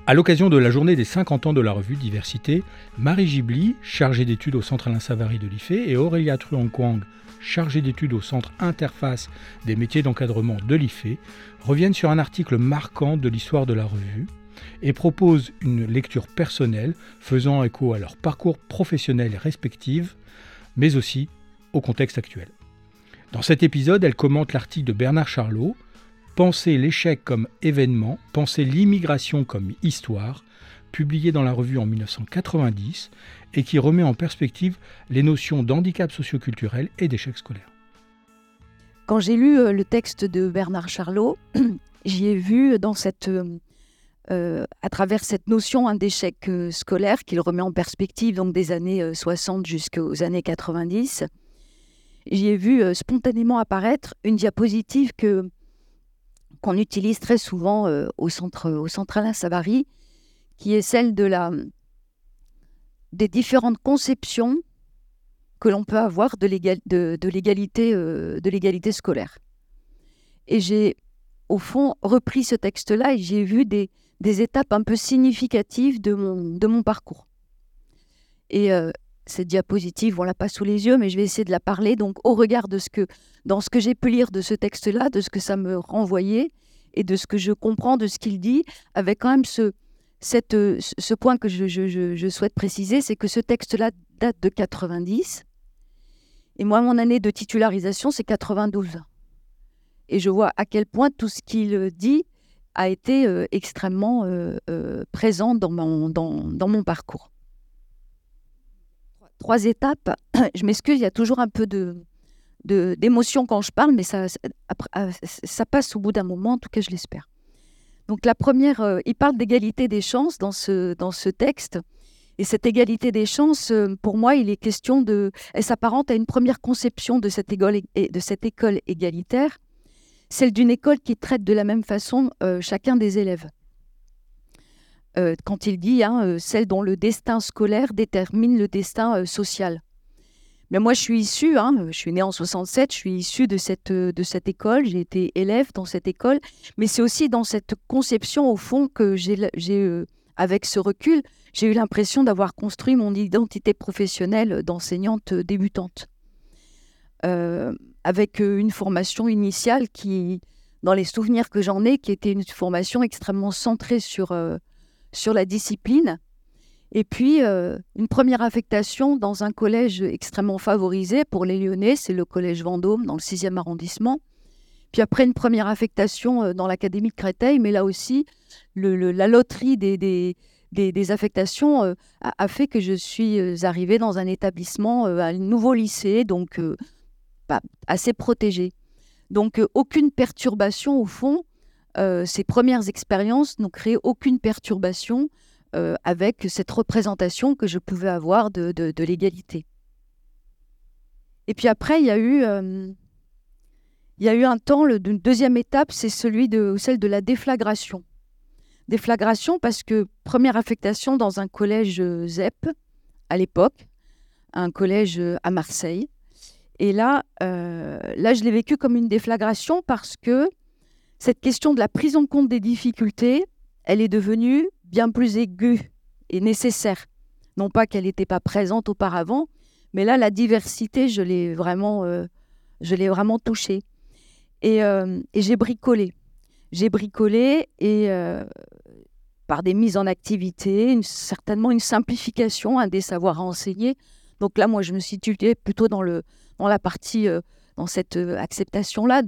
À l'occasion de la journée des 50 ans de la revue Diversité, Marie Gibli, chargée d'études au Centre Alain Savary de l'IFE, et Aurélia Truong-Kwang, chargée d'études au Centre Interface des métiers d'encadrement de l'IFE, reviennent sur un article marquant de l'histoire de la revue et proposent une lecture personnelle faisant écho à leur parcours professionnel respectif, mais aussi au contexte actuel. Dans cet épisode, elles commentent l'article de Bernard Charlot, Penser l'échec comme événement, penser l'immigration comme histoire, publié dans la revue en 1990 et qui remet en perspective les notions d'handicap socioculturel et d'échec scolaire. Quand j'ai lu le texte de Bernard Charlot, j'y ai vu à travers cette notion d'échec scolaire qu'il remet en perspective donc des années 60 jusqu'aux années 90, j'y ai vu spontanément apparaître une diapositive qu'on utilise très souvent au centre Alain Savary, qui est celle des différentes conceptions que l'on peut avoir de l'égalité scolaire. Et j'ai, au fond, repris ce texte-là et j'ai vu des étapes un peu significatives de mon parcours. Et cette diapositive, on ne l'a pas sous les yeux, mais je vais essayer de la parler. Donc, au regard dans ce que j'ai pu lire de ce texte-là, de ce que ça me renvoyait et de ce que je comprends de ce qu'il dit, avec quand même ce point que je souhaite préciser, c'est que ce texte-là date de 90. Et moi, mon année de titularisation, c'est 92. Et je vois à quel point tout ce qu'il dit a été extrêmement présent dans mon parcours. 3 étapes. Je m'excuse, il y a toujours un peu d'émotion quand je parle, mais ça passe au bout d'un moment, en tout cas je l'espère. Donc la première, il parle d'égalité des chances dans ce texte, et cette égalité des chances, pour moi, il est question elle s'apparente à une première conception de cette école égalitaire, celle d'une école qui traite de la même façon chacun des élèves. Quand il dit celle dont le destin scolaire détermine le destin social. Mais moi, je suis née en 67, je suis issue de cette école, j'ai été élève dans cette école, mais c'est aussi dans cette conception, au fond, que avec ce recul, j'ai eu l'impression d'avoir construit mon identité professionnelle d'enseignante débutante. Avec une formation initiale qui, dans les souvenirs que j'en ai, qui était une formation extrêmement centrée sur la discipline. Et puis, une première affectation dans un collège extrêmement favorisé pour les Lyonnais, c'est le collège Vendôme, dans le 6e arrondissement. Puis après, une première affectation dans l'académie de Créteil, mais là aussi, la loterie des affectations a fait que je suis arrivée dans un établissement, un nouveau lycée, donc assez protégé. Donc, aucune perturbation, au fond. Ces premières expériences n'ont créé aucune perturbation avec cette représentation que je pouvais avoir de l'égalité. Et puis après, il y a eu un temps, une deuxième étape, c'est celle de la déflagration. Déflagration parce que première affectation dans un collège ZEP, à l'époque, un collège à Marseille. Et là, je l'ai vécu comme une déflagration parce que cette question de la prise en compte des difficultés, elle est devenue bien plus aiguë et nécessaire. Non pas qu'elle n'était pas présente auparavant, mais là, la diversité, je l'ai vraiment touchée. Et j'ai bricolé. J'ai bricolé et par des mises en activité, certainement une simplification des savoirs à enseigner. Donc là, moi, je me situais plutôt dans la partie, dans cette acceptation-là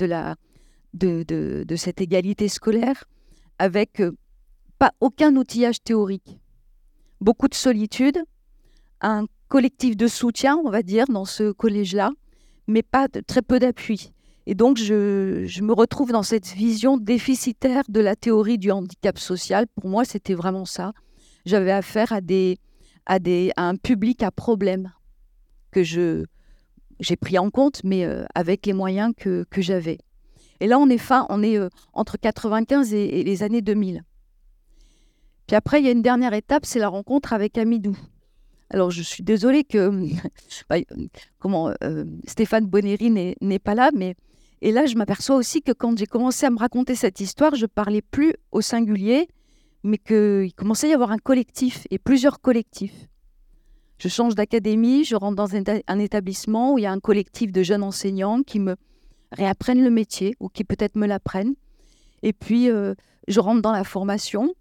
de cette égalité scolaire, avec pas aucun outillage théorique. Beaucoup de solitude, un collectif de soutien, on va dire, dans ce collège-là, mais très peu d'appui. Et donc, je me retrouve dans cette vision déficitaire de la théorie du handicap social. Pour moi, c'était vraiment ça. J'avais affaire à un public à problème que j'ai pris en compte, mais avec les moyens que j'avais. Et là, on est entre 95 et les années 2000. Puis après, il y a une dernière étape, c'est la rencontre avec Amidou. Alors, je suis désolée que Stéphane Bonnery n'est pas là, mais et là, je m'aperçois aussi que quand j'ai commencé à me raconter cette histoire, je parlais plus au singulier, mais qu'il commençait à y avoir un collectif et plusieurs collectifs. Je change d'académie, je rentre dans un établissement où il y a un collectif de jeunes enseignants qui me réapprennent le métier ou qui peut-être me l'apprennent. Et puis, je rentre dans la formation.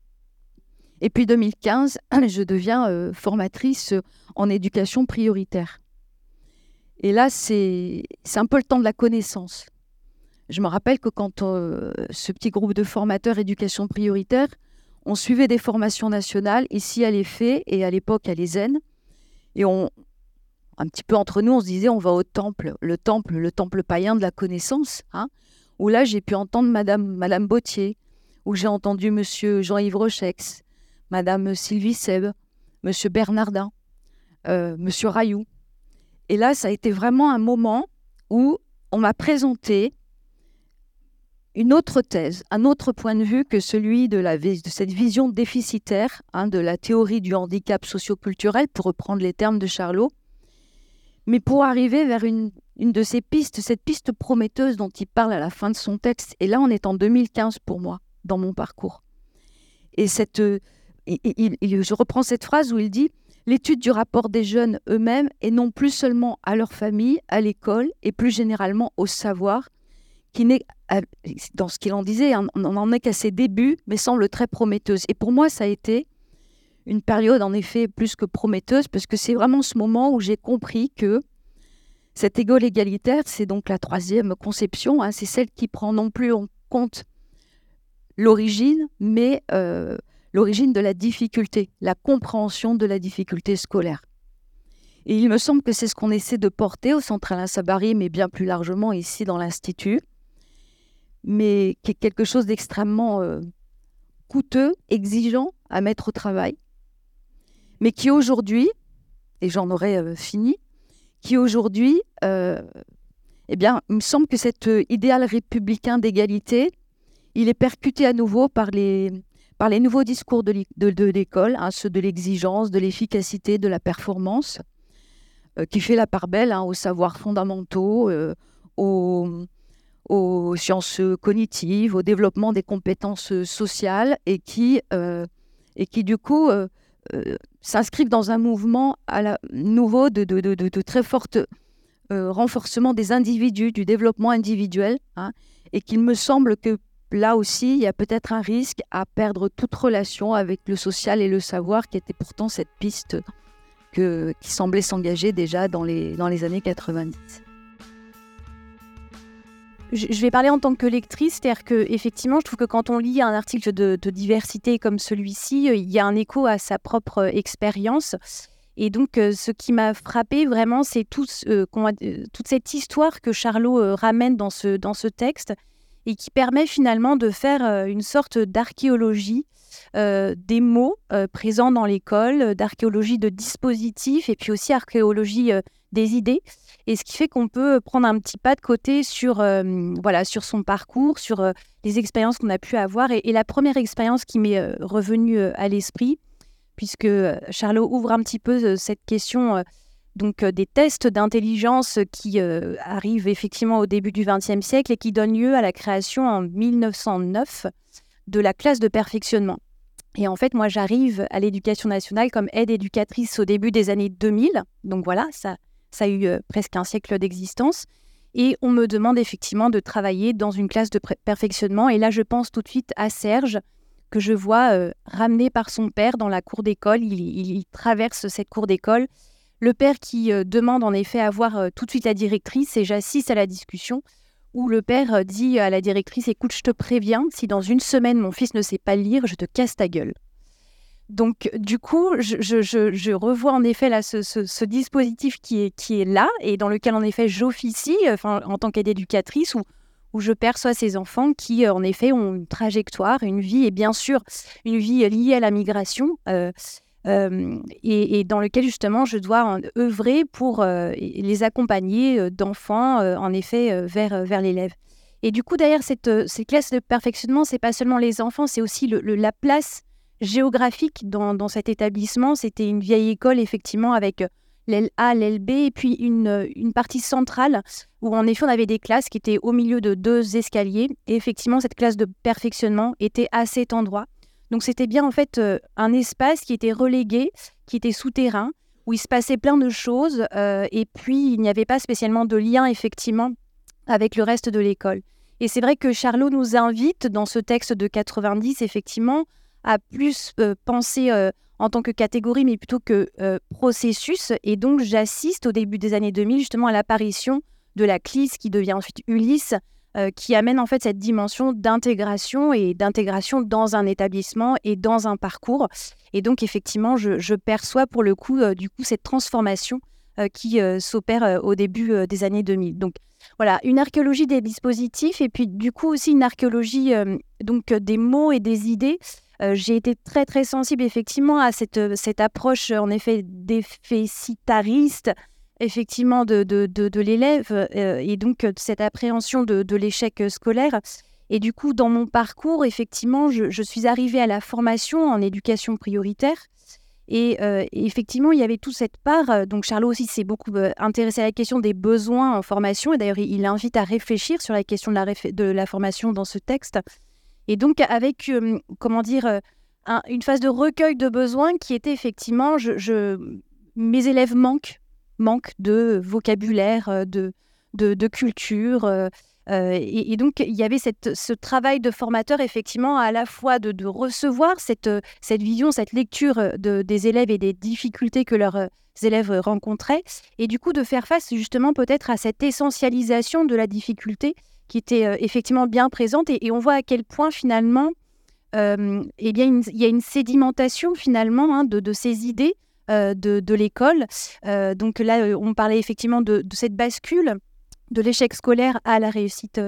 Et puis, 2015, je deviens formatrice en éducation prioritaire. Et là, c'est un peu le temps de la connaissance. Je me rappelle que quand ce petit groupe de formateurs éducation prioritaire, on suivait des formations nationales, ici à l'EFE et à l'époque à l'ESEN. Et un petit peu entre nous, on se disait, on va au temple, le temple païen de la connaissance, hein, où là, j'ai pu entendre Madame Bautier, où j'ai entendu Monsieur Jean-Yves Rochex, Madame Sylvie Seb, Monsieur Bernardin, Monsieur Rayou. Et là, ça a été vraiment un moment où on m'a présenté une autre thèse, un autre point de vue que celui de cette vision déficitaire, hein, de la théorie du handicap socioculturel, pour reprendre les termes de Charlot, mais pour arriver vers une de ces pistes, cette piste prometteuse dont il parle à la fin de son texte. Et là, on est en 2015 pour moi, dans mon parcours. Et je reprends cette phrase où il dit « L'étude du rapport des jeunes eux-mêmes et non plus seulement à leur famille, à l'école et plus généralement au savoir, qui n'est, dans ce qu'il en disait, on n'en est qu'à ses débuts, mais semble très prometteuse. » Et pour moi, ça a été une période en effet plus que prometteuse, parce que c'est vraiment ce moment où j'ai compris que cette école égalitaire, c'est donc la troisième conception, hein, c'est celle qui prend non plus en compte l'origine, mais l'origine de la difficulté, la compréhension de la difficulté scolaire. Et il me semble que c'est ce qu'on essaie de porter au Centre Alain Sabary, mais bien plus largement ici dans l'Institut, mais qui est quelque chose d'extrêmement coûteux, exigeant à mettre au travail, mais qui aujourd'hui, et j'en aurais fini, qui aujourd'hui, eh bien, il me semble que cet idéal républicain d'égalité, il est percuté à nouveau par les nouveaux discours de l'école, hein, ceux de l'exigence, de l'efficacité, de la performance, qui fait la part belle, hein, aux savoirs fondamentaux, aux sciences cognitives, au développement des compétences sociales, et qui du coup s'inscrivent dans un mouvement nouveau de très fort renforcement des individus, du développement individuel, hein, et qu'il me semble que là aussi, il y a peut-être un risque à perdre toute relation avec le social et le savoir, qui était pourtant cette piste qui semblait s'engager déjà dans les années 90. Je vais parler en tant que lectrice, c'est-à-dire qu'effectivement, je trouve que quand on lit un article de diversité comme celui-ci, il y a un écho à sa propre expérience. Et donc, ce qui m'a frappée vraiment, c'est toute cette histoire que Charlot ramène dans ce texte, et qui permet finalement de faire une sorte d'archéologie des mots présents dans l'école, d'archéologie de dispositifs, et puis aussi archéologie des idées. Et ce qui fait qu'on peut prendre un petit pas de côté sur son parcours, sur les expériences qu'on a pu avoir. Et la première expérience qui m'est revenue à l'esprit, puisque Charlot ouvre un petit peu cette question des tests d'intelligence qui arrivent effectivement au début du XXe siècle et qui donnent lieu à la création en 1909 de la classe de perfectionnement. Et en fait, moi, j'arrive à l'Éducation nationale comme aide éducatrice au début des années 2000. Donc voilà, ça a eu presque un siècle d'existence. Et on me demande effectivement de travailler dans une classe de perfectionnement. Et là, je pense tout de suite à Serge, que je vois ramené par son père dans la cour d'école. Il traverse cette cour d'école. Le père qui demande en effet à voir tout de suite la directrice, et j'assiste à la discussion où le père dit à la directrice « Écoute, je te préviens, si dans une semaine mon fils ne sait pas lire, je te casse ta gueule ». Donc du coup, je revois en effet là, ce dispositif qui est là et dans lequel en effet j'officie en tant qu'aide éducatrice où je perçois ces enfants qui en effet ont une trajectoire, une vie et bien sûr une vie liée à la migration. Et dans lequel justement je dois œuvrer pour les accompagner d'enfants en effet vers l'élève. Et du coup derrière cette classe de perfectionnement, c'est pas seulement les enfants, c'est aussi la place géographique dans cet établissement. C'était une vieille école effectivement avec l'aile A, l'aile B et puis une partie centrale où en effet on avait des classes qui étaient au milieu de deux escaliers et effectivement cette classe de perfectionnement était à cet endroit Donc c'était bien en fait un espace qui était relégué, qui était souterrain, où il se passait plein de choses et puis il n'y avait pas spécialement de lien effectivement avec le reste de l'école. Et c'est vrai que Charlot nous invite dans ce texte de 90 effectivement à plus penser en tant que catégorie mais plutôt que processus. Et donc j'assiste au début des années 2000 justement à l'apparition de la CLIS qui devient ensuite Ulysse, qui amène en fait cette dimension d'intégration et d'intégration dans un établissement et dans un parcours. Et donc effectivement, je perçois pour le coup, cette transformation qui s'opère au début des années 2000. Donc voilà, une archéologie des dispositifs et puis du coup aussi une archéologie des mots et des idées. J'ai été très très sensible effectivement à cette approche en effet déficitariste effectivement de l'élève et donc cette appréhension de l'échec scolaire. Et du coup, dans mon parcours, effectivement, je suis arrivée à la formation en éducation prioritaire. Et effectivement, il y avait toute cette part. Donc, Charlot aussi s'est beaucoup intéressé à la question des besoins en formation. Et d'ailleurs, il invite à réfléchir sur la question de la formation dans ce texte. Et donc, avec, une phase de recueil de besoins qui était effectivement, mes élèves manquent de vocabulaire, de culture. Et donc, il y avait ce travail de formateur, effectivement, à la fois de recevoir cette vision, cette lecture des élèves et des difficultés que leurs élèves rencontraient, et du coup, de faire face justement peut-être à cette essentialisation de la difficulté qui était effectivement bien présente. Et on voit à quel point, finalement, il y a une sédimentation, finalement, de ces idées de l'école. Donc là, on parlait effectivement de cette bascule de l'échec scolaire à la réussite,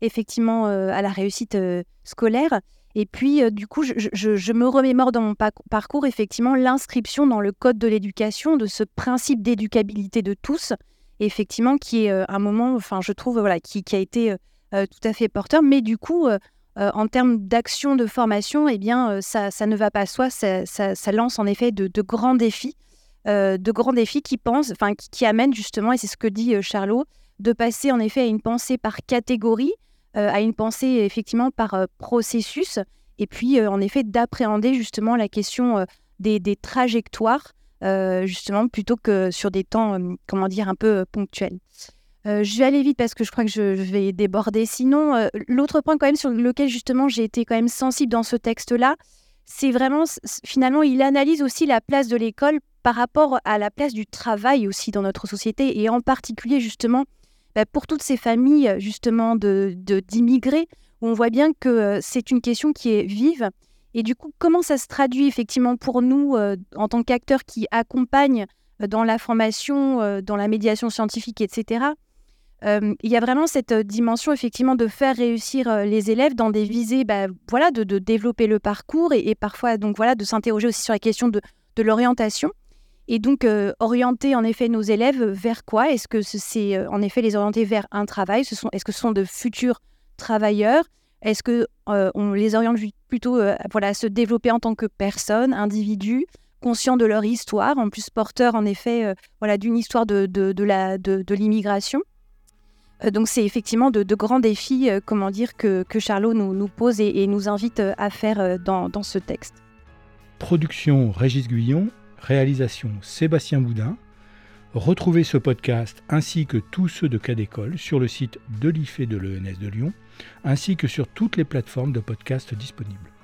à la réussite scolaire. Et puis, du coup, je me remémore dans mon parcours, effectivement, l'inscription dans le code de l'éducation de ce principe d'éducabilité de tous, effectivement, qui est un moment, je trouve, qui a été tout à fait porteur. Mais du coup, en termes d'action de formation, ça ne va pas soi, ça lance en effet de grands défis, qui amènent justement, et c'est ce que dit Charlot, de passer en effet à une pensée par catégorie, à une pensée effectivement par processus, et puis en effet d'appréhender justement la question des trajectoires, justement, plutôt que sur des temps, un peu ponctuels. Je vais aller vite parce que je crois que je vais déborder. Sinon, l'autre point quand même sur lequel justement j'ai été quand même sensible dans ce texte-là, c'est vraiment, finalement, il analyse aussi la place de l'école par rapport à la place du travail aussi dans notre société, et en particulier justement pour toutes ces familles justement d'immigrés, où on voit bien que c'est une question qui est vive. Et du coup, comment ça se traduit effectivement pour nous en tant qu'acteurs qui accompagnent dans la formation, dans la médiation scientifique, etc. Il y a vraiment cette dimension effectivement de faire réussir les élèves dans des visées de développer le parcours et parfois de s'interroger aussi sur la question de l'orientation. Et donc, orienter en effet nos élèves vers quoi ? Est-ce que c'est en effet les orienter vers un travail ? Est-ce que ce sont de futurs travailleurs ? Est-ce qu'on les oriente plutôt à se développer en tant que personnes, individus, conscients de leur histoire, en plus porteurs en effet d'une histoire de l'immigration ? Donc, c'est effectivement de grands défis que Charlot nous pose et nous invite à faire dans ce texte. Production Régis Guyon. Réalisation Sébastien Boudin. Retrouvez ce podcast ainsi que tous ceux de Cas d'école sur le site de l'IFE de l'ENS de Lyon, ainsi que sur toutes les plateformes de podcast disponibles.